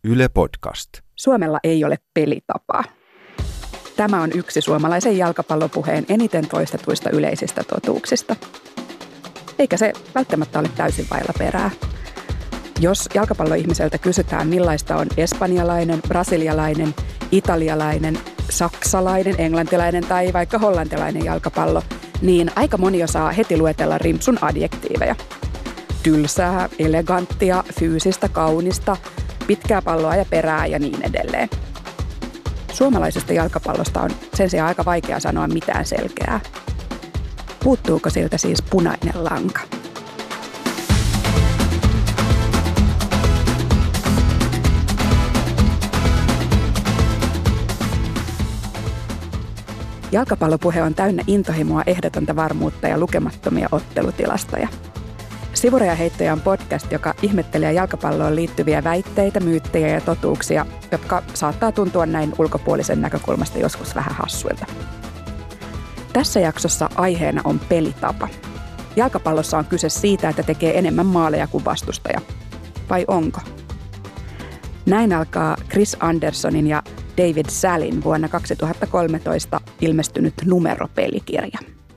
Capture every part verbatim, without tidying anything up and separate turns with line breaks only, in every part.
Yle Podcast.
Suomella ei ole pelitapaa. Tämä on yksi suomalaisen jalkapallopuheen eniten toistetuista yleisistä totuuksista. Eikä se välttämättä ole täysin vailla perää. Jos jalkapalloihmiseltä kysytään, millaista on espanjalainen, brasilialainen, italialainen, saksalainen, englantilainen tai vaikka hollantilainen jalkapallo, niin aika moni osaa heti luetella rimpsun adjektiiveja. Tylsää, eleganttia, fyysistä, kaunista, pitkää palloa ja perää ja niin edelleen. Suomalaisesta jalkapallosta on sen sijaan aika vaikea sanoa mitään selkeää. Puuttuuko siltä siis punainen lanka? Jalkapallopuhe on täynnä intohimoa, ehdotonta varmuutta ja lukemattomia ottelutilastoja. Sivurajaheittoja on podcast, joka ihmettelee jalkapalloon liittyviä väitteitä, myyttejä ja totuuksia, jotka saattaa tuntua näin ulkopuolisen näkökulmasta joskus vähän hassuilta. Tässä jaksossa aiheena on pelitapa. Jalkapallossa on kyse siitä, että tekee enemmän maaleja kuin vastustaja. Vai onko? Näin alkaa Chris Andersonin ja David Salin vuonna kaksituhattakolmetoista ilmestynyt numeropelikirja.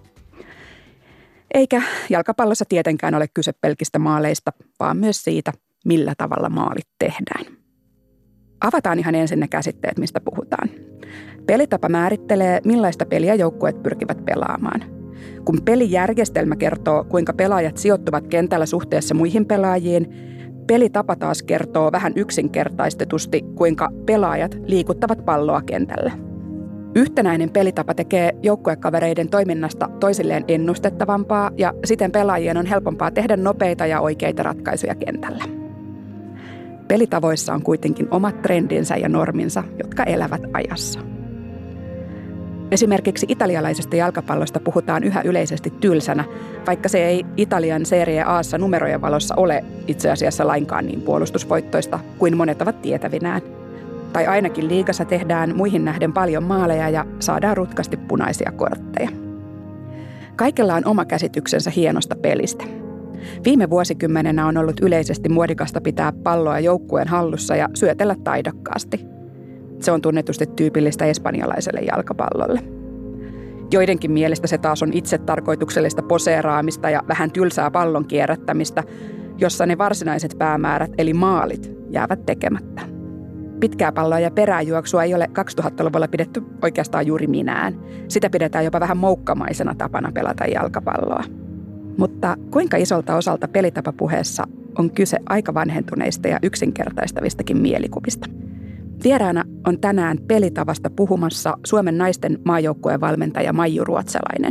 Eikä jalkapallossa tietenkään ole kyse pelkistä maaleista, vaan myös siitä, millä tavalla maalit tehdään. Avataan ihan ensin ne käsitteet, mistä puhutaan. Pelitapa määrittelee, millaista peliä joukkueet pyrkivät pelaamaan. Kun pelijärjestelmä kertoo, kuinka pelaajat sijoittuvat kentällä suhteessa muihin pelaajiin, pelitapa taas kertoo vähän yksinkertaistetusti, kuinka pelaajat liikuttavat palloa kentällä. Yhtenäinen pelitapa tekee joukkuekavereiden toiminnasta toisilleen ennustettavampaa ja siten pelaajien on helpompaa tehdä nopeita ja oikeita ratkaisuja kentällä. Pelitavoissa on kuitenkin omat trendinsä ja norminsa, jotka elävät ajassa. Esimerkiksi italialaisesta jalkapallosta puhutaan yhä yleisesti tylsänä, vaikka se ei Italian Serie A:ssa numerojen valossa ole itse asiassa lainkaan niin puolustusvoittoista kuin monet ovat tietävinään. Tai ainakin liigassa tehdään muihin nähden paljon maaleja ja saadaan rutkasti punaisia kortteja. Kaikella on oma käsityksensä hienosta pelistä. Viime vuosikymmenenä on ollut yleisesti muodikasta pitää palloa joukkueen hallussa ja syötellä taidokkaasti. Se on tunnetusti tyypillistä espanjalaiselle jalkapallolle. Joidenkin mielestä se taas on itsetarkoituksellista poseeraamista ja vähän tylsää pallon kierrättämistä, jossa ne varsinaiset päämäärät eli maalit jäävät tekemättä. Pitkää palloa ja peräjuoksua ei ole kaksituhattaluvulla pidetty oikeastaan juuri minään. Sitä pidetään jopa vähän moukkamaisena tapana pelata jalkapalloa. Mutta kuinka isolta osalta pelitapapuheessa on kyse aika vanhentuneista ja yksinkertaistavistakin mielikuvista? Vieraana on tänään pelitavasta puhumassa Suomen naisten maajoukkueen valmentaja Maiju Ruotsalainen.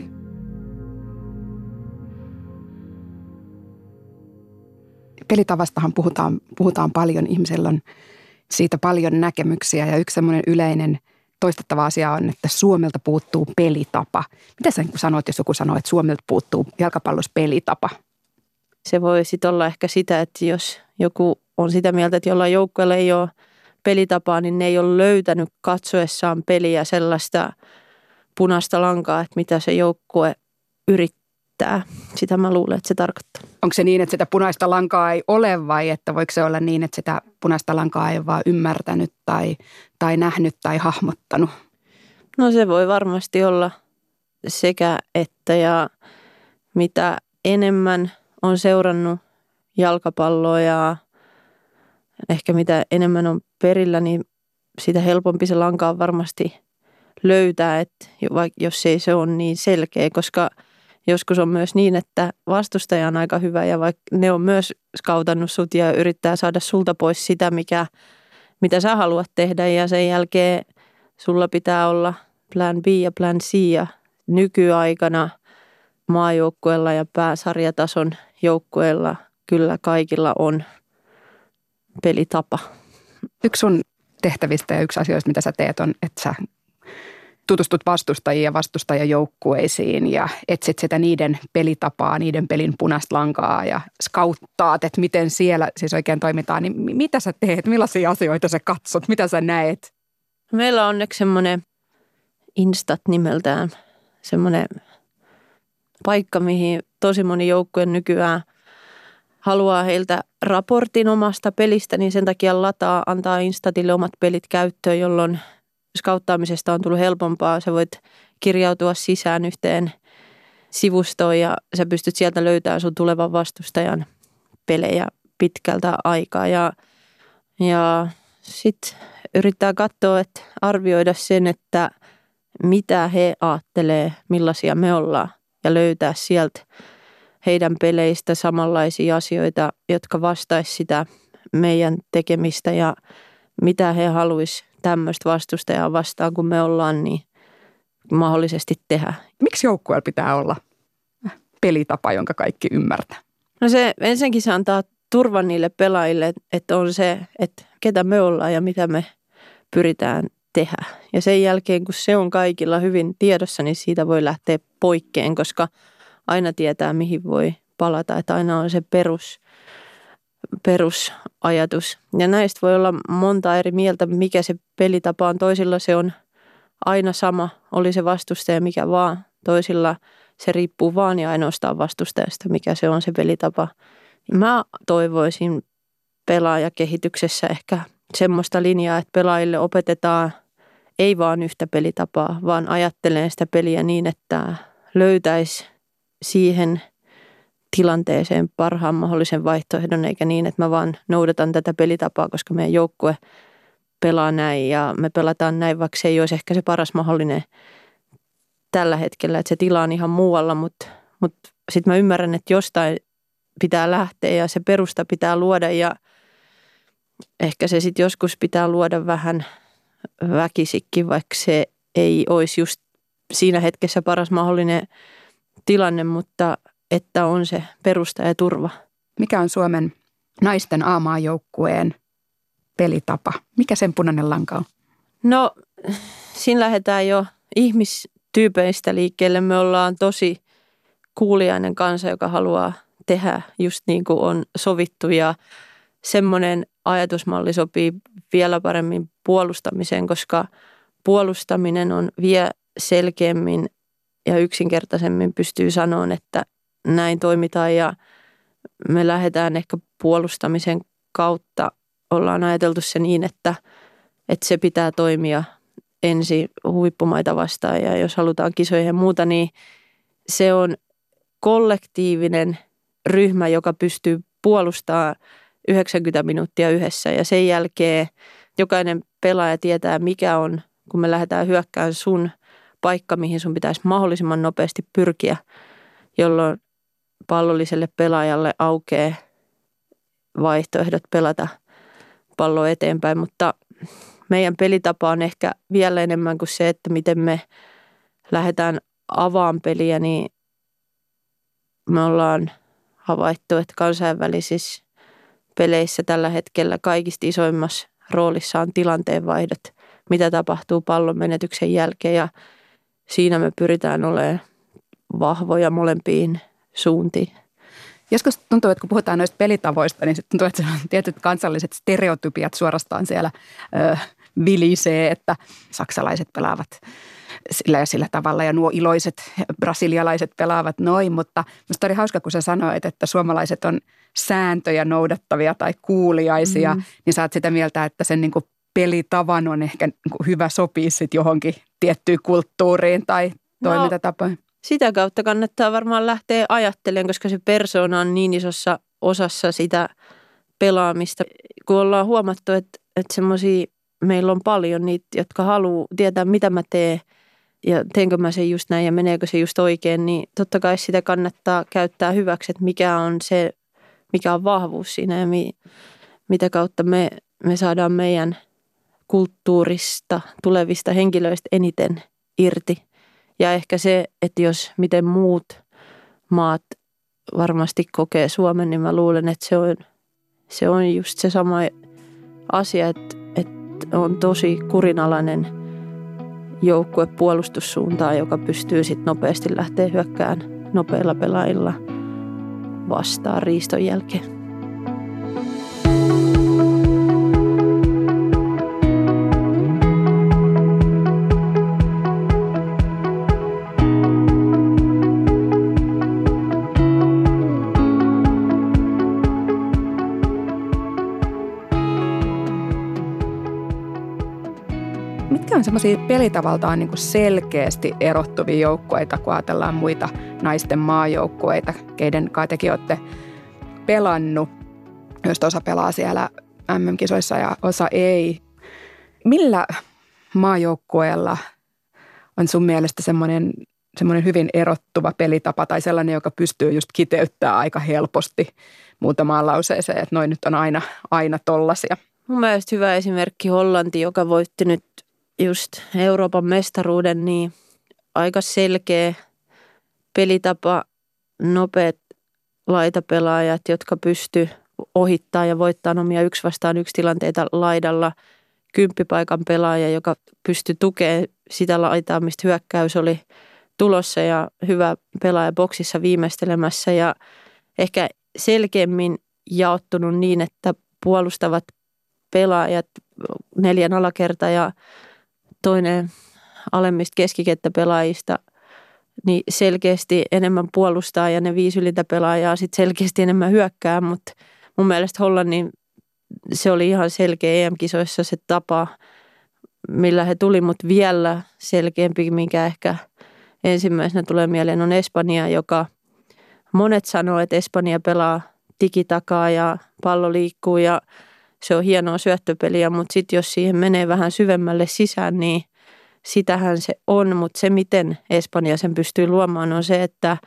Pelitavastahan puhutaan, puhutaan paljon. Ihmisillä on siitä paljon näkemyksiä ja yksi semmoinen yleinen toistettava asia on, että Suomelta puuttuu pelitapa. Mitä sä sanoit, jos joku sanoo, että Suomelta puuttuu jalkapallossa pelitapa?
Se voi sitten olla ehkä sitä, että jos joku on sitä mieltä, että jollain joukkueella ei ole pelitapaa, niin ne ei ole löytänyt katsoessaan peliä sellaista punaista lankaa, että mitä se joukkue yrittää. Sitä mä luulen, että se tarkoittaa.
Onko se niin, että sitä punaista lankaa ei ole vai että voiko se olla niin, että sitä punaista lankaa ei ole vaan ymmärtänyt tai, tai nähnyt tai hahmottanut?
No se voi varmasti olla sekä että ja mitä enemmän on seurannut jalkapalloa ja ehkä mitä enemmän on perillä, niin sitä helpompi se lanka on varmasti löytää, että jos ei se ole niin selkeä, koska joskus on myös niin, että vastustaja on aika hyvä ja vaikka ne on myös skautannut sut ja yrittää saada sulta pois sitä, mikä, mitä sä haluat tehdä ja sen jälkeen sulla pitää olla plan B ja plan C ja nykyaikana maajoukkueella ja pääsarjatason joukkueella kyllä kaikilla on pelitapa.
Yksi sun tehtävistä ja yksi asioista, mitä sä teet, on, että sä tutustut vastustajiin ja vastustajajoukkueisiin ja etsit sitä niiden pelitapaa, niiden pelin punaista lankaa ja skauttaat, että miten siellä siis oikein toimitaan. Niin mitä sä teet? Millaisia asioita sä katsot? Mitä sä näet?
Meillä on onneksi semmoinen Instat nimeltään, semmoinen paikka, mihin tosi moni joukkue nykyään haluaa heiltä raportin omasta pelistä, niin sen takia lataa, antaa Instatille omat pelit käyttöön, jolloin skauttaamisesta on tullut helpompaa. Sä voit kirjautua sisään yhteen sivustoon ja sä pystyt sieltä löytämään sun tulevan vastustajan pelejä pitkältä aikaa. Ja, ja sitten yrittää katsoa, että arvioida sen, että mitä he ajattelee, millaisia me ollaan ja löytää sieltä heidän peleistä samanlaisia asioita, jotka vastaisi sitä meidän tekemistä ja mitä he haluaisi tämmöistä vastustajaa vastaan, kun me ollaan, niin mahdollisesti tehdä.
Miksi joukkueella pitää olla pelitapa, jonka kaikki ymmärtää?
No se ensinnäkin se antaa turvan niille pelaajille, että on se, että ketä me ollaan ja mitä me pyritään tehdä. Ja sen jälkeen, kun se on kaikilla hyvin tiedossa, niin siitä voi lähteä poikkeen, koska aina tietää, mihin voi palata. Että aina on se perus, perusajatus. Ja näistä voi olla monta eri mieltä, mikä se pelitapa on. Toisilla se on aina sama, oli se vastustaja mikä vaan. Toisilla se riippuu vaan ja ainoastaan vastustajasta, mikä se on se pelitapa. Mä toivoisin pelaajakehityksessä ehkä semmoista linjaa, että pelaajille opetetaan ei vaan yhtä pelitapaa, vaan ajattelee sitä peliä niin, että löytäisi siihen tilanteeseen parhaan mahdollisen vaihtoehdon, eikä niin, että mä vaan noudatan tätä pelitapaa, koska meidän joukkue pelaa näin ja me pelataan näin, vaikka se ei olisi ehkä se paras mahdollinen tällä hetkellä, että se tila on ihan muualla, mutta, mutta sitten mä ymmärrän, että jostain pitää lähteä ja se perusta pitää luoda ja ehkä se sitten joskus pitää luoda vähän väkisikkin, vaikka se ei olisi just siinä hetkessä paras mahdollinen tilanne, mutta että on se perusta ja turva.
Mikä on Suomen naisten A-maajoukkueen pelitapa? Mikä sen punainen lanka on?
No, siinä lähdetään jo ihmistyypeistä liikkeelle. Me ollaan tosi kuuliainen kansa, joka haluaa tehdä just niin kuin on sovittu ja semmoinen ajatusmalli sopii vielä paremmin puolustamiseen, koska puolustaminen on vielä selkeämmin ja yksinkertaisemmin pystyy sanomaan, että näin toimitaan ja me lähdetään ehkä puolustamisen kautta. Ollaan ajateltu se niin, että, että se pitää toimia ensin huippumaita vastaan ja jos halutaan kisoja ja muuta, niin se on kollektiivinen ryhmä, joka pystyy puolustamaan yhdeksänkymmentä minuuttia yhdessä ja sen jälkeen jokainen pelaaja tietää, mikä on, kun me lähdetään hyökkään sun paikka, mihin sun pitäisi mahdollisimman nopeasti pyrkiä, jolloin pallolliselle pelaajalle aukeaa vaihtoehdot pelata palloa eteenpäin, mutta meidän pelitapa on ehkä vielä enemmän kuin se, että miten me lähdetään avaan peliä, niin me ollaan havaittu, että kansainvälisissä peleissä tällä hetkellä kaikista isoimmassa roolissa on tilanteenvaihdot, mitä tapahtuu pallon menetyksen jälkeen ja siinä me pyritään olemaan vahvoja molempiin suuntiin.
Joskus tuntuu, että kun puhutaan noista pelitavoista, niin tuntuu, että tietyt kansalliset stereotypiat suorastaan siellä ö, vilisee, että saksalaiset pelaavat sillä ja sillä tavalla ja nuo iloiset brasilialaiset pelaavat noin, mutta minusta oli hauska, kun sä sanoit, että suomalaiset on sääntöjä noudattavia tai kuuliaisia, mm. niin sä oot sitä mieltä, että sen niin kuin pelitavan on ehkä niin kuin hyvä sopia sitten johonkin tiettyyn kulttuuriin tai toimintatapaan. No,
sitä kautta kannattaa varmaan lähteä ajattelemaan, koska se persoona on niin isossa osassa sitä pelaamista. Kun ollaan huomattu, että, että semmoisia meillä on paljon niitä, jotka haluaa tietää, mitä mä teen ja teenkö mä sen just näin ja meneekö se just oikein, niin totta kai sitä kannattaa käyttää hyväksi, että mikä on se, mikä on vahvuus siinä ja mi, mitä kautta me, me saadaan meidän kulttuurista tulevista henkilöistä eniten irti. Ja ehkä se, että jos miten muut maat varmasti kokee Suomen, niin mä luulen, että se on, se on just se sama asia, että, että on tosi kurinalainen joukkue puolustussuuntaan, joka pystyy sitten nopeasti lähteä hyökkään nopeilla pelaajilla vastaan riiston jälkeen.
Mitkä on semmoisia pelitavaltaan niin kuin selkeästi erottuvia joukkueita, kun ajatellaan muita naisten maajoukkueita, keiden kanssa tekin olette pelannut, jos osa pelaa siellä M M-kisoissa ja osa ei. Millä maajoukkueella on sun mielestä semmoinen, semmoinen hyvin erottuva pelitapa tai sellainen, joka pystyy just kiteyttämään aika helposti muutamaan lauseeseen, että noin nyt on aina, aina tollasia?
Mun mielestä hyvä esimerkki Hollanti, joka voitti nyt just Euroopan mestaruuden, niin aika selkeä pelitapa, nopeat laitapelaajat, jotka pystyy ohittaa ja voittaa omia yksi vastaan yksi tilanteita laidalla. Kymppipaikan pelaaja, joka pystyi tukemaan sitä laitaa, mistä hyökkäys oli tulossa ja hyvä pelaaja boksissa viimeistelemässä ja ehkä selkeämmin jaottunut niin, että puolustavat pelaajat, neljän alakerta ja toinen alemmista keskikenttäpelaajista, niin selkeästi enemmän puolustaa ja ne viisi ylintä pelaajaa sitten selkeästi enemmän hyökkää, mutta mun mielestä Hollannin se oli ihan selkeä E M-kisoissa se tapa, millä he tuli, mutta vielä selkeämpi, minkä ehkä ensimmäisenä tulee mieleen, on Espanja, joka monet sanoo, että Espanja pelaa tikitakaa ja pallo liikkuu ja se on hienoa syöttöpeliä, mutta sitten jos siihen menee vähän syvemmälle sisään, niin sitähän se on, mutta se miten Espanja sen pystyy luomaan on se, että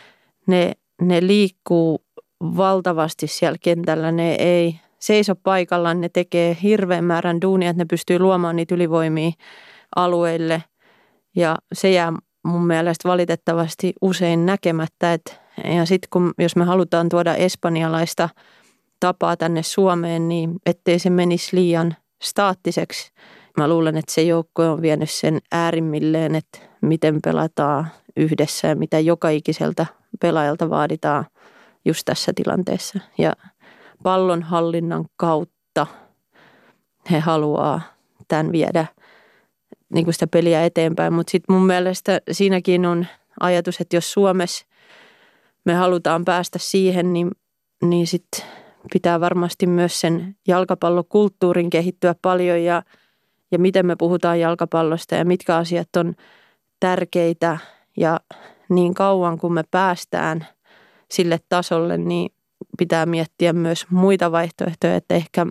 ne, ne liikkuu valtavasti siellä kentällä, ne ei seiso paikallaan, ne tekee hirveän määrän duunia, että ne pystyy luomaan niitä ylivoimia alueille ja se jää mun mielestä valitettavasti usein näkemättä, että ja sitten kun jos me halutaan tuoda espanjalaista tapaa tänne Suomeen, niin ettei se menisi liian staattiseksi. Mä luulen, että se joukko on vienyt sen äärimmilleen, että miten pelataan yhdessä ja mitä joka ikiseltä pelaajalta vaaditaan just tässä tilanteessa. Ja pallonhallinnan kautta he haluaa tämän viedä niin kuin sitä peliä eteenpäin. Mutta sitten mun mielestä siinäkin on ajatus, että jos Suomessa me halutaan päästä siihen, niin, niin sitten pitää varmasti myös sen jalkapallokulttuurin kehittyä paljon ja, ja miten me puhutaan jalkapallosta ja mitkä asiat on tärkeitä. Ja niin kauan kun me päästään sille tasolle, niin pitää miettiä myös muita vaihtoehtoja, että ehkä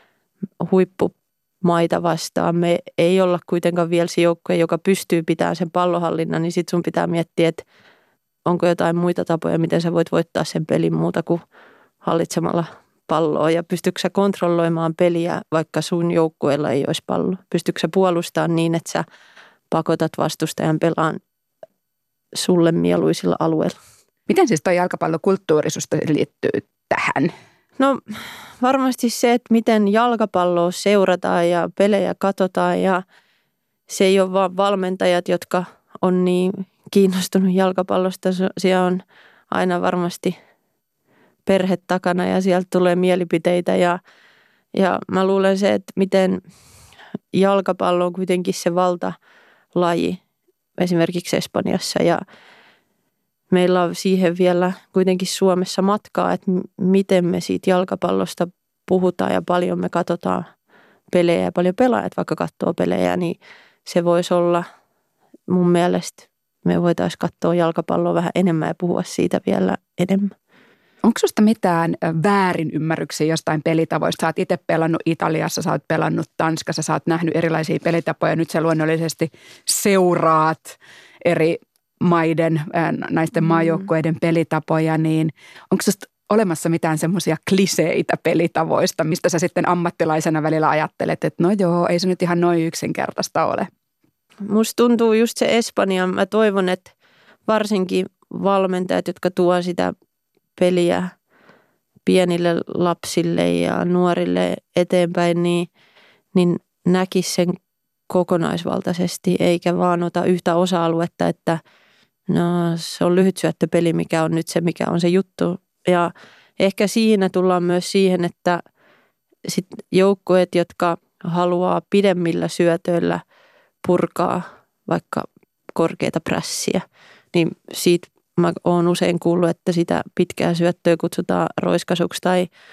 huippumaita vastaan. Me ei olla kuitenkaan vielä se joukkue, joka pystyy pitämään sen pallonhallinnan, niin sitten sun pitää miettiä, että onko jotain muita tapoja, miten sä voit voittaa sen pelin muuta kuin hallitsemalla palloa ja pystytkö sä kontrolloimaan peliä, vaikka sun joukkueella ei olisi pallo? Pystytkö sä puolustamaan niin, että sä pakotat vastustajan pelaan sulle mieluisilla alueilla?
Miten siis tuo jalkapallokulttuuri susta liittyy tähän?
No varmasti se, että miten jalkapalloa seurataan ja pelejä katsotaan ja se ei ole vaan valmentajat, jotka on niin kiinnostunut jalkapallosta. Siellä on aina varmasti perhe takana ja sieltä tulee mielipiteitä ja, ja mä luulen se, että miten jalkapallo on kuitenkin se valtalaji esimerkiksi Espanjassa ja meillä on siihen vielä kuitenkin Suomessa matkaa, että miten me siitä jalkapallosta puhutaan ja paljon me katsotaan pelejä ja paljon pelaajat vaikka katsoo pelejä, niin se voisi olla mun mielestä, me voitaisiin katsoa jalkapalloa vähän enemmän ja puhua siitä vielä enemmän.
Onko susta mitään väärinymmärryksiä jostain pelitavoista? Sä oot itse pelannut Italiassa, sä oot pelannut Tanskassa, sä oot nähnyt erilaisia pelitapoja. Nyt sä luonnollisesti seuraat eri maiden, naisten maajoukkueiden pelitapoja, niin onko susta olemassa mitään semmoisia kliseitä pelitavoista, mistä sä sitten ammattilaisena välillä ajattelet, että no joo, ei se nyt ihan noin yksinkertaista ole?
Musta tuntuu just se Espanja. Mä toivon, että varsinkin valmentajat, jotka tuo sitä peliä pienille lapsille ja nuorille eteenpäin, niin, niin näkisi sen kokonaisvaltaisesti, eikä vaan ota yhtä osa-aluetta, että no se on lyhytsyöttöpeli, mikä on nyt se, mikä on se juttu. Ja ehkä siinä tullaan myös siihen, että sit joukkueet, jotka haluaa pidemmillä syötöillä purkaa vaikka korkeita prässiä, niin siitä mä oon usein kuullut, että sitä pitkää syöttöä kutsutaan roiskasuksi tai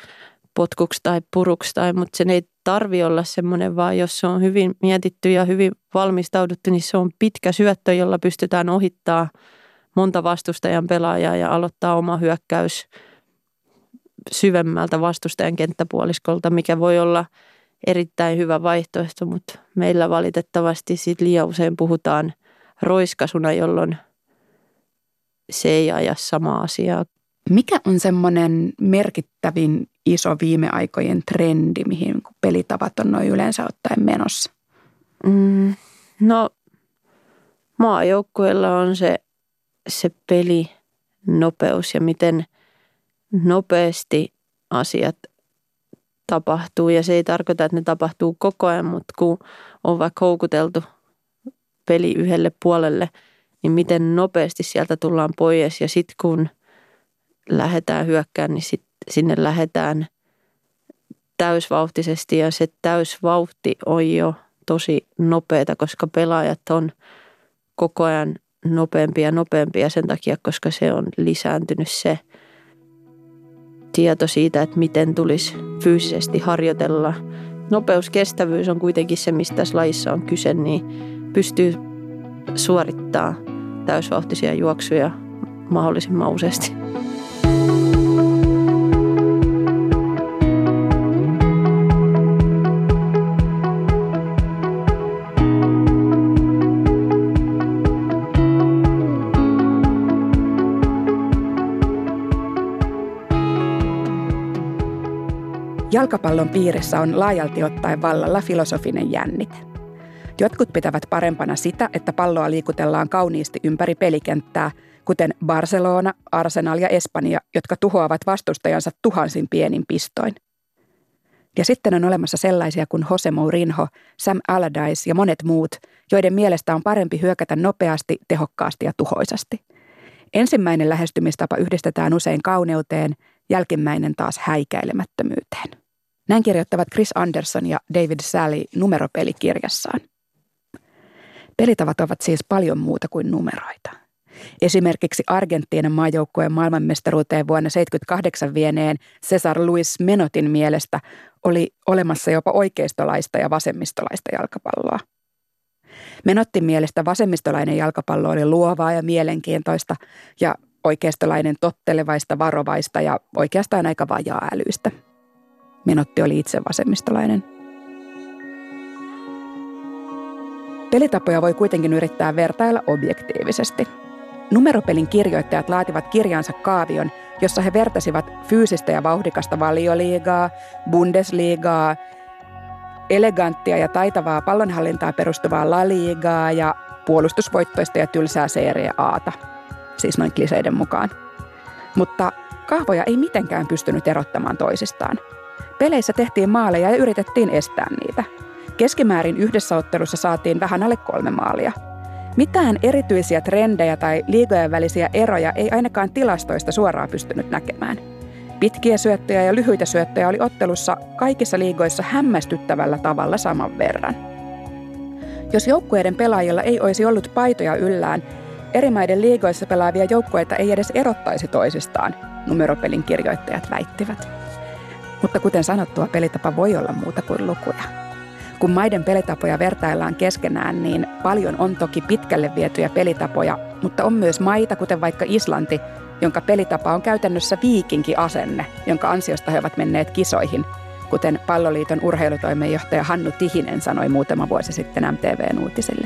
potkuksi tai puruksi, tai, mutta sen ei tarvi olla semmoinen, vaan jos se on hyvin mietitty ja hyvin valmistauduttu, niin se on pitkä syöttö, jolla pystytään ohittaa monta vastustajan pelaajaa ja aloittaa oma hyökkäys syvemmältä vastustajan kenttäpuoliskolta, mikä voi olla erittäin hyvä vaihtoehto, mutta meillä valitettavasti siitä liian usein puhutaan roiskasuna, jolloin se ei aja samaa asiaa.
Mikä on semmoinen merkittävin iso viime aikojen trendi, mihin pelitavat on noin yleensä ottaen menossa?
Mm, no maajoukkueella on se, se pelinopeus ja miten nopeasti asiat tapahtuu. Ja se ei tarkoita, että ne tapahtuu koko ajan, mutta kun on vaikka houkuteltu peli yhdelle puolelle, niin miten nopeasti sieltä tullaan pois. Ja sitten kun lähdetään hyökkään, niin sit sinne lähdetään täysvauhtisesti. Ja se täysvauhti on jo tosi nopeata, koska pelaajat on koko ajan nopeampia ja nopeampia sen takia, koska se on lisääntynyt se tieto siitä, että miten tulisi fyysisesti harjoitella. Nopeuskestävyys on kuitenkin se, mistä tässä lajissa on kyse, niin pystyy suorittamaan täysvauhtisia juoksuja mahdollisimman useasti.
Jalkapallon piirissä on laajalti ottaen vallalla filosofinen jännite. Jotkut pitävät parempana sitä, että palloa liikutellaan kauniisti ympäri pelikenttää, kuten Barcelona, Arsenal ja Espanja, jotka tuhoavat vastustajansa tuhansin pienin pistoin. Ja sitten on olemassa sellaisia kuin Jose Mourinho, Sam Allardyce ja monet muut, joiden mielestä on parempi hyökätä nopeasti, tehokkaasti ja tuhoisasti. Ensimmäinen lähestymistapa yhdistetään usein kauneuteen, jälkimmäinen taas häikäilemättömyyteen. Näin kirjoittavat Chris Anderson ja David Sally numeropelikirjassaan. Pelitavat ovat siis paljon muuta kuin numeroita. Esimerkiksi Argentiinan maajoukkueen maailmanmestaruuteen vuonna seitsemänkymmentäkahdeksan vieneen Cesar Luis Menotin mielestä oli olemassa jopa oikeistolaista ja vasemmistolaista jalkapalloa. Menottin mielestä vasemmistolainen jalkapallo oli luovaa ja mielenkiintoista ja oikeistolainen tottelevaista, varovaista ja oikeastaan aika vajaa-älyistä. Menotti oli itse vasemmistolainen. Pelitapoja voi kuitenkin yrittää vertailla objektiivisesti. Numeropelin kirjoittajat laativat kirjansa kaavion, jossa he vertasivat fyysistä ja vauhdikasta valioliigaa, Bundesliigaa, eleganttia ja taitavaa pallonhallintaa perustuvaa La Ligaa ja puolustusvoittoista ja tylsää Serie A:ta, siis noin kliseiden mukaan. Mutta kahvoja ei mitenkään pystynyt erottamaan toisistaan. Peleissä tehtiin maaleja ja yritettiin estää niitä. Keskimäärin yhdessä ottelussa saatiin vähän alle kolme maalia. Mitään erityisiä trendejä tai liigojen välisiä eroja ei ainakaan tilastoista suoraan pystynyt näkemään. Pitkiä syöttöjä ja lyhyitä syöttöjä oli ottelussa kaikissa liigoissa hämmästyttävällä tavalla saman verran. Jos joukkueiden pelaajilla ei olisi ollut paitoja yllään, eri maiden liigoissa pelaavia joukkueita ei edes erottaisi toisistaan, numeropelin kirjoittajat väittivät. Mutta kuten sanottua, pelitapa voi olla muuta kuin lukuja. Kun maiden pelitapoja vertaillaan keskenään, niin paljon on toki pitkälle vietyjä pelitapoja, mutta on myös maita, kuten vaikka Islanti, jonka pelitapa on käytännössä viikinkiasenne, jonka ansiosta he ovat menneet kisoihin, kuten Palloliiton urheilutoimenjohtaja Hannu Tihinen sanoi muutama vuosi sitten M T V:n uutisille.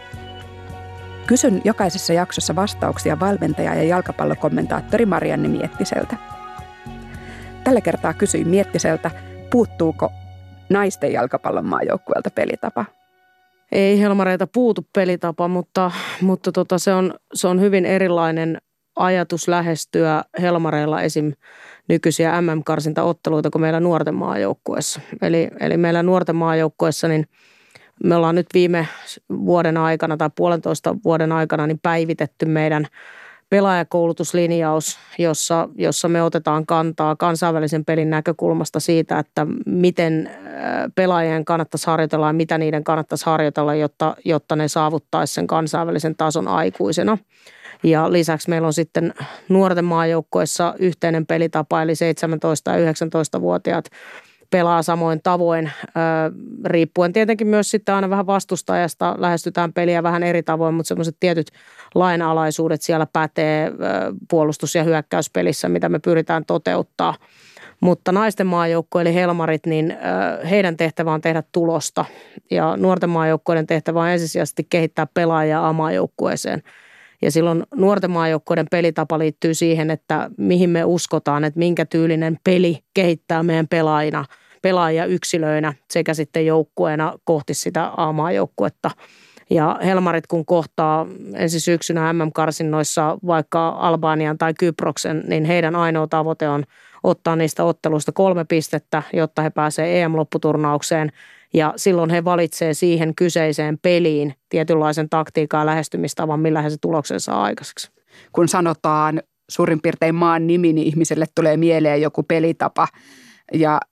Kysyn jokaisessa jaksossa vastauksia valmentaja ja jalkapallokommentaattori Marianne Miettiseltä. Tällä kertaa kysyin Miettiseltä, puuttuuko naisten jalkapallon maajoukkueelta pelitapa.
Ei Helmareilta puutu pelitapa, mutta, mutta tota, se, on, se on hyvin erilainen ajatus lähestyä Helmareilla esim. Nykyisiä M M-karsintaotteluita kuin meillä nuorten maajoukkueessa. Eli, eli meillä nuorten maajoukkueessa niin me ollaan nyt viime vuoden aikana tai puolentoista vuoden aikana niin päivitetty meidän pelaajakoulutuslinjaus, jossa, jossa me otetaan kantaa kansainvälisen pelin näkökulmasta siitä, että miten pelaajien kannattaisi harjoitella ja mitä niiden kannattaisi harjoitella, jotta, jotta ne saavuttaisi sen kansainvälisen tason aikuisena. Ja lisäksi meillä on sitten nuorten maajoukkoissa yhteinen pelitapa, eli seitsemäntoista- ja yhdeksäntoistavuotiaat pelaa samoin tavoin, riippuen tietenkin myös sitten aina vähän vastustajasta, lähestytään peliä vähän eri tavoin, mutta semmoiset tietyt lainalaisuudet siellä pätee puolustus- ja hyökkäyspelissä, mitä me pyritään toteuttaa. Mutta naisten maajoukko eli Helmarit, niin heidän tehtävä on tehdä tulosta ja nuorten maajoukkoiden tehtävä on ensisijaisesti kehittää pelaajia A-maajoukkueeseen. Ja silloin nuorten maajoukkoiden pelitapa liittyy siihen, että mihin me uskotaan, että minkä tyylinen peli kehittää meidän pelaajina, pelaajia yksilöinä sekä sitten joukkueena kohti sitä A-maajoukkuetta. Ja Helmarit kun kohtaa ensi syksynä M M-karsinnoissa vaikka Albanian tai Kyproksen, niin heidän ainoa tavoite on ottaa niistä otteluista kolme pistettä, jotta he pääsevät E M-lopputurnaukseen. Ja silloin he valitsee siihen kyseiseen peliin tietynlaisen taktiikan ja lähestymistavan, millä he se tuloksen saa aikaiseksi.
Kun sanotaan suurin piirtein maan nimi, niin ihmiselle tulee mieleen joku pelitapa. Ja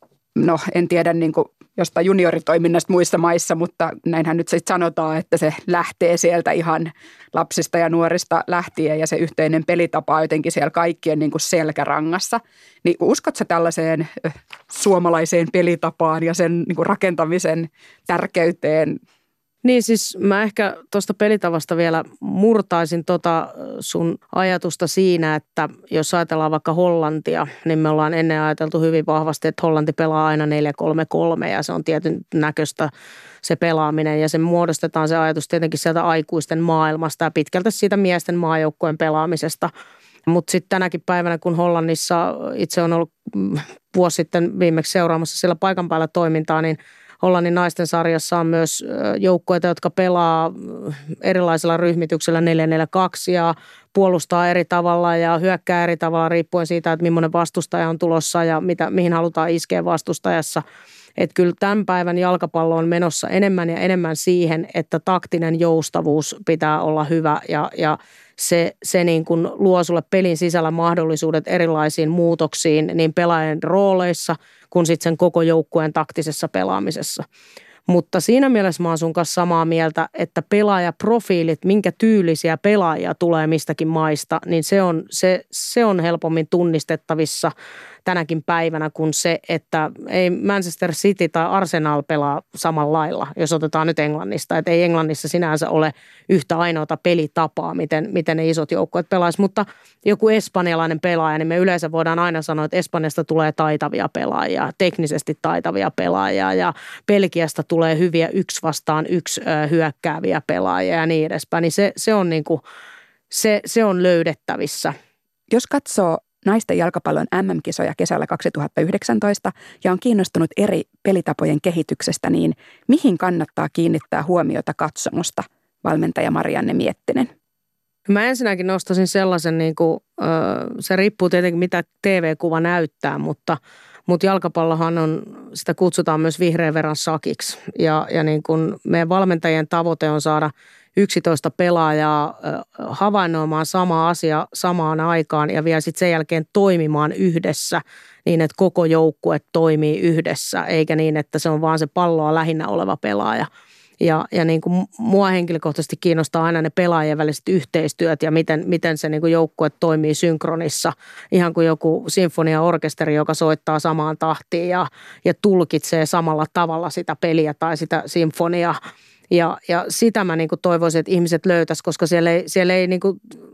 no en tiedä niin kuin jostain junioritoiminnasta muissa maissa, mutta näinhän nyt sitten sanotaan, että se lähtee sieltä ihan lapsista ja nuorista lähtien ja se yhteinen pelitapa on jotenkin siellä kaikkien niin kuin selkärangassa. Niin uskotko tällaiseen suomalaiseen pelitapaan ja sen niin kuin rakentamisen tärkeyteen?
Niin siis mä ehkä tuosta pelitavasta vielä murtaisin tota sun ajatusta siinä, että jos ajatellaan vaikka Hollantia, niin me ollaan ennen ajateltu hyvin vahvasti, että Hollanti pelaa aina neljä kolme kolme ja se on tietyn näköistä se pelaaminen ja se muodostetaan se ajatus tietenkin sieltä aikuisten maailmasta ja pitkältä siitä miesten maajoukkojen pelaamisesta. Mutta sitten tänäkin päivänä, kun Hollannissa itse on ollut vuosi sitten viimeksi seuraamassa siellä paikan päällä toimintaa, niin Hollannin naisten sarjassa on myös joukkueita, jotka pelaa erilaisilla ryhmityksillä neljä neljä kaksi ja puolustaa eri tavalla ja hyökkää eri tavalla riippuen siitä, että millainen vastustaja on tulossa ja mitä, mihin halutaan iskeä vastustajassa. Että kyllä tämän päivän jalkapallo on menossa enemmän ja enemmän siihen, että taktinen joustavuus pitää olla hyvä ja, ja se, se niin kuin luo sulle pelin sisällä mahdollisuudet erilaisiin muutoksiin niin pelaajien rooleissa kuin sitten sen koko joukkueen taktisessa pelaamisessa. Mutta siinä mielessä mä oon sun kanssa samaa mieltä, että pelaajaprofiilit, minkä tyylisiä pelaajia tulee mistäkin maista, niin se on, se, se on helpommin tunnistettavissa tänäkin päivänä kuin se, että ei Manchester City tai Arsenal pelaa samalla lailla, jos otetaan nyt Englannista. Että ei Englannissa sinänsä ole yhtä ainoata pelitapaa, miten, miten ne isot joukkueet pelaisi, mutta joku espanjalainen pelaaja, niin me yleensä voidaan aina sanoa, että Espanjasta tulee taitavia pelaajia, teknisesti taitavia pelaajia ja Belgiasta tulee hyviä yksi vastaan yksi ö, hyökkääviä pelaajia ja niin edespäin. Niin se, se, on niinku, se, se on löydettävissä.
Jos katsoo naisten jalkapallon M M-kisoja kesällä kaksituhattayhdeksäntoista ja on kiinnostunut eri pelitapojen kehityksestä, niin mihin kannattaa kiinnittää huomiota katsomusta, valmentaja Marianne Miettinen?
Mä ensinnäkin nostaisin sellaisen, niin kuin, se riippuu tietenkin mitä T V-kuva näyttää, mutta, mutta jalkapallohan on, sitä kutsutaan myös vihreän verran sakiksi. Ja, ja niin kuin meidän valmentajien tavoite on saada yksitoista pelaajaa havainnoimaan sama asia samaan aikaan ja vielä sitten sen jälkeen toimimaan yhdessä niin, että koko joukkue toimii yhdessä, eikä niin, että se on vaan se palloa lähinnä oleva pelaaja. Ja, ja niin kuin mua henkilökohtaisesti kiinnostaa aina ne pelaajien väliset yhteistyöt ja miten, miten se niin kuin joukkue toimii synkronissa. Ihan kuin joku sinfoniaorkesteri, joka soittaa samaan tahtiin ja, ja tulkitsee samalla tavalla sitä peliä tai sitä sinfoniaa. Ja, ja sitä mä niin kuin toivoisin, että ihmiset löytäisi, koska siellä ei, siellä ei niin kuin,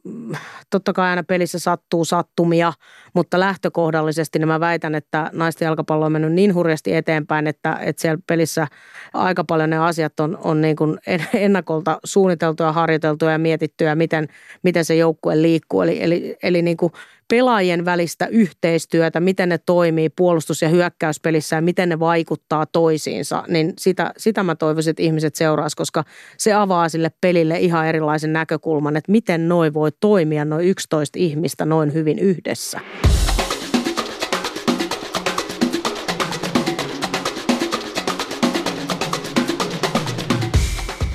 totta kai aina pelissä sattuu sattumia, mutta lähtökohdallisesti niin mä väitän, että naisten jalkapallo on mennyt niin hurjasti eteenpäin, että, että siellä pelissä aika paljon ne asiat on, on niin kuin ennakolta suunniteltuja, harjoiteltuja ja mietittyä, miten, miten se joukkue liikkuu. Eli, eli, eli niin kuin pelaajien välistä yhteistyötä, miten ne toimii puolustus- ja hyökkäyspelissä ja miten ne vaikuttaa toisiinsa, niin sitä, sitä mä toivoisin, että ihmiset seuraisivat, koska se avaa sille pelille ihan erilaisen näkökulman, että miten noi voi toimia noin yksitoista ihmistä noin hyvin yhdessä.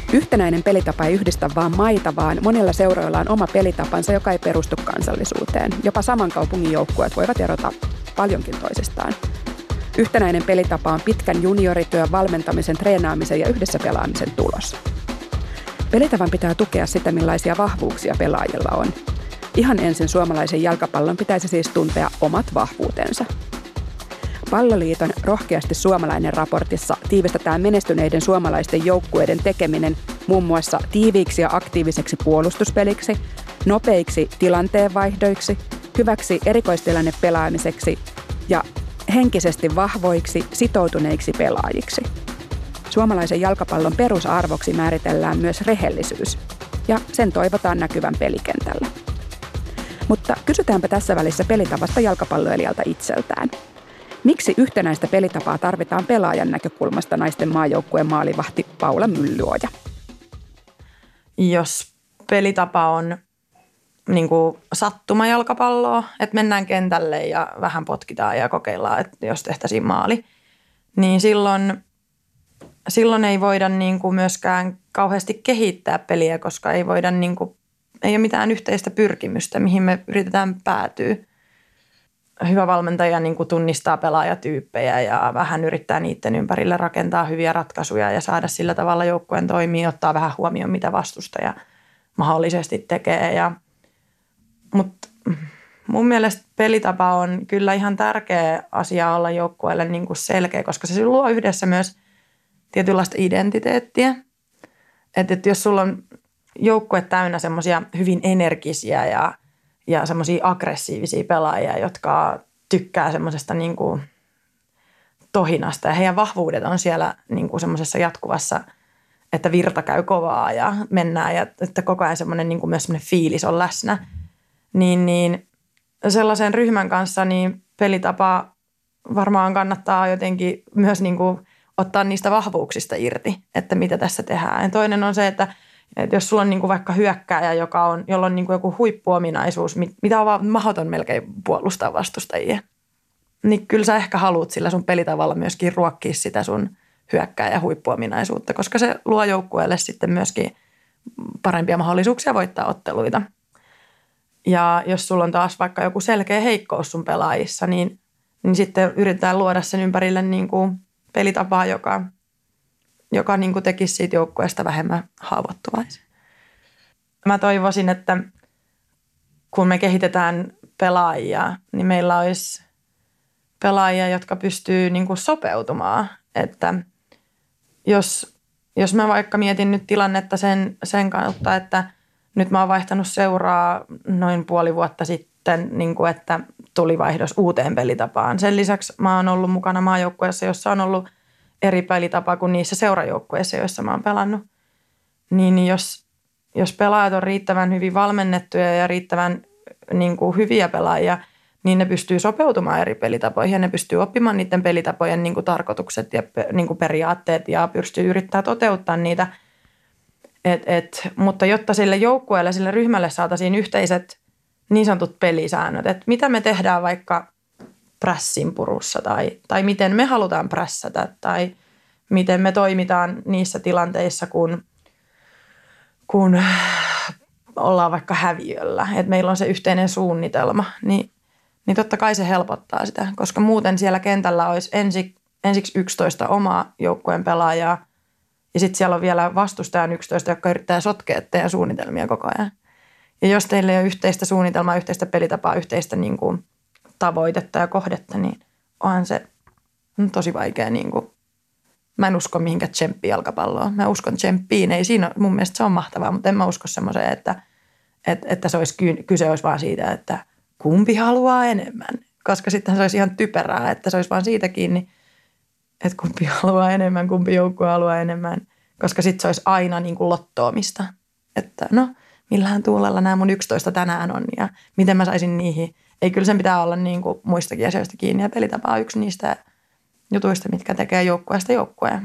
Yhtenäinen pelitapa ei yhdistä vaan maita, vaan monilla seuroilla on oma pelitapansa, joka ei perustu kansallisuuteen. Jopa saman kaupungin joukkueet voivat erota paljonkin toisistaan. Yhtenäinen pelitapa on pitkän juniorityön, valmentamisen, treenaamisen ja yhdessä pelaamisen tulos. Pelitavan pitää tukea sitä, millaisia vahvuuksia pelaajilla on. Ihan ensin suomalaisen jalkapallon pitäisi siis tuntea omat vahvuutensa. Palloliiton Rohkeasti suomalainen raportissa tiivistetään menestyneiden suomalaisten joukkueiden tekeminen muun muassa tiiviiksi ja aktiiviseksi puolustuspeliksi, nopeiksi tilanteenvaihdoiksi, hyväksi erikoistilanne pelaamiseksi ja henkisesti vahvoiksi, sitoutuneiksi pelaajiksi. Suomalaisen jalkapallon perusarvoksi määritellään myös rehellisyys, ja sen toivotaan näkyvän pelikentällä. Mutta kysytäänpä tässä välissä pelitavasta jalkapalloilijalta itseltään. Miksi yhtenäistä pelitapaa tarvitaan pelaajan näkökulmasta, naisten maajoukkueen maalivahti Paula Myllyoja?
Jos pelitapa on niin kuin sattumajalkapalloa, että mennään kentälle ja vähän potkitaan ja kokeillaan, että jos tehtäisiin maali, niin silloin, silloin ei voida niin kuin myöskään kauheasti kehittää peliä, koska ei voida niin kuin, ei ole mitään yhteistä pyrkimystä, mihin me yritetään päätyä. Hyvä valmentaja niin kuin tunnistaa pelaajatyyppejä ja vähän yrittää niiden ympärille rakentaa hyviä ratkaisuja ja saada sillä tavalla joukkueen toimia, ottaa vähän huomioon, mitä vastustaja mahdollisesti tekee. Ja, mutta mun mielestä pelitapa on kyllä ihan tärkeä asia olla joukkueelle niin kuin selkeä, koska se luo yhdessä myös tietynlaista identiteettiä. Että et jos sulla on joukkue täynnä semmoisia hyvin energisiä ja ja semmoisia aggressiivisia pelaajia, jotka tykkää semmoisesta niin kuin tohinasta. Ja heidän vahvuudet on siellä niin kuin semmoisessa jatkuvassa, että virta käy kovaa ja mennään ja että koko ajan semmoinen niin kuin myös semmoinen fiilis on läsnä. Niin, niin sellaisen ryhmän kanssa niin pelitapa varmaan kannattaa jotenkin myös niin kuin ottaa niistä vahvuuksista irti, että mitä tässä tehdään. Ja toinen on se, että että jos sulla on niin kuin vaikka hyökkääjä, joka on, jolla on niin kuin joku huippuominaisuus, mitä on vaan mahdoton melkein puolustaa vastustajia, niin kyllä sä ehkä haluat sillä sun pelitavalla myöskin ruokkia sitä sun hyökkääjä huippuominaisuutta, koska se luo joukkueelle sitten myöskin parempia mahdollisuuksia voittaa otteluita. Ja jos sulla on taas vaikka joku selkeä heikkous sun pelaajissa, niin, niin sitten yritetään luoda sen ympärille niin kuin pelitapaa, joka joka niin kuin tekisi siitä joukkueesta vähemmän haavoittuvaisen. Mä toivoisin, että kun me kehitetään pelaajia, niin meillä olisi pelaajia, jotka pystyy niin kuin sopeutumaan. Että jos, jos mä vaikka mietin nyt tilannetta sen, sen kautta, että nyt mä oon vaihtanut seuraa noin puoli vuotta sitten, niin kuin että tuli vaihdos uuteen pelitapaan. Sen lisäksi mä oon ollut mukana maajoukkueessa, jossa on ollut eri pelitapa kuin niissä seurajoukkueissa, joissa mä oon pelannut. Niin jos, jos pelaajat on riittävän hyvin valmennettuja ja riittävän niin kuin hyviä pelaajia, niin ne pystyy sopeutumaan eri pelitapoihin ja ne pystyy oppimaan niiden pelitapojen niin kuin tarkoitukset ja niin kuin periaatteet ja pystyy yrittää toteuttaa niitä. Et, et, mutta jotta sille joukkueelle, sille ryhmälle saataisiin yhteiset niin sanotut pelisäännöt, että mitä me tehdään vaikka prässin purussa tai, tai miten me halutaan prässätä tai miten me toimitaan niissä tilanteissa, kun, kun ollaan vaikka häviöllä. Että meillä on se yhteinen suunnitelma, niin, niin totta kai se helpottaa sitä, koska muuten siellä kentällä olisi ensi, ensiksi yksitoista omaa joukkueen pelaajaa ja sitten siellä on vielä vastustajan yksitoista, jotka yrittää sotkea teidän suunnitelmia koko ajan. Ja jos teillä ei ole yhteistä suunnitelmaa, yhteistä pelitapaa, yhteistä niin kuin tavoitetta ja kohdetta, niin onhan se tosi vaikea. Niin kuin. Mä en usko mihinkään tsemppi-jalkapalloon. Mä uskon tsemppiin. Ei siinä, mun mielestä se on mahtavaa, mutta en mä usko semmoiseen, että, että, että se olisi, kyse olisi vaan siitä, että kumpi haluaa enemmän. Koska sitten se olisi ihan typerää, että se olisi vaan siitä kiinni, että kumpi haluaa enemmän, kumpi joukkue haluaa enemmän. Koska sitten se olisi aina niin kuin lottoomista. Että no, millähän tuulella nämä mun yksitoista tänään on ja miten mä saisin niihin. Ei, kyllä sen pitää olla niin kuin muistakin asioista kiinni ja pelitapa on yksi niistä jutuista, mitkä tekee joukkueesta joukkueen.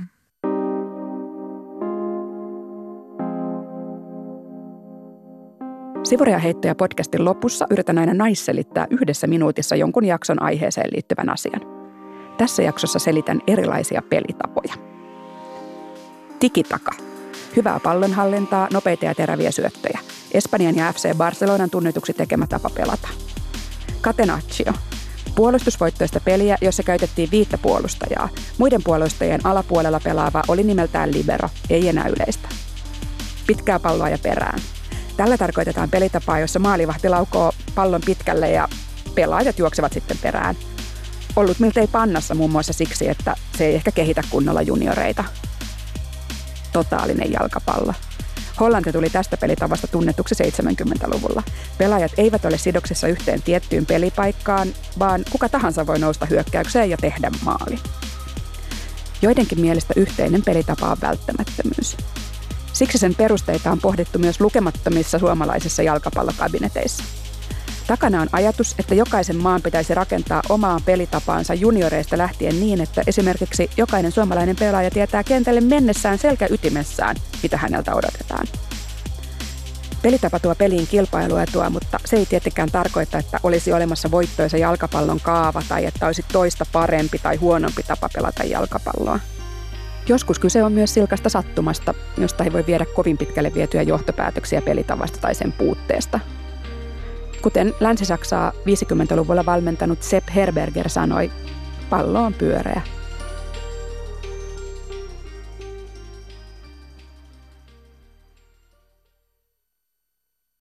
Sivuria heittoja podcastin lopussa yritän aina naisselittää yhdessä minuutissa jonkun jakson aiheeseen liittyvän asian. Tässä jaksossa selitän erilaisia pelitapoja. Tikitaka. Hyvää pallonhallintaa, nopeita ja teräviä syöttöjä. Espanjan ja F C Barcelonan tunnetuksi tekemä tapa pelata. Catenaccio. Puolustusvoittoista peliä, jossa käytettiin viittä puolustajaa. Muiden puolustajien alapuolella pelaava oli nimeltään libero, ei enää yleistä. Pitkää palloa ja perään. Tällä tarkoitetaan pelitapaa, jossa maalivahti laukoo pallon pitkälle ja pelaajat juoksevat sitten perään. Ollut miltei pannassa muun muassa siksi, että se ei ehkä kehitä kunnolla junioreita. Totaalinen jalkapallo. Hollanti tuli tästä pelitavasta tunnetuksi seitsemänkymmentäluvulla. Pelaajat eivät ole sidoksissa yhteen tiettyyn pelipaikkaan, vaan kuka tahansa voi nousta hyökkäykseen ja tehdä maali. Joidenkin mielestä yhteinen pelitapa on välttämättömyys. Siksi sen perusteita on pohdittu myös lukemattomissa suomalaisissa jalkapallokabineteissa. Takana on ajatus, että jokaisen maan pitäisi rakentaa omaa pelitapaansa junioreista lähtien niin, että esimerkiksi jokainen suomalainen pelaaja tietää kentälle mennessään selkäytimessään, mitä häneltä odotetaan. Pelitapa tuo peliin kilpailuetua, mutta se ei tietenkään tarkoita, että olisi olemassa voittoisa jalkapallon kaava tai että olisi toista parempi tai huonompi tapa pelata jalkapalloa. Joskus kyse on myös silkasta sattumasta, josta ei voi viedä kovin pitkälle vietyjä johtopäätöksiä pelitavasta tai sen puutteesta. Kuten Länsi-Saksaa viisikymmentäluvulla valmentanut Sepp Herberger sanoi, pallo on pyöreä.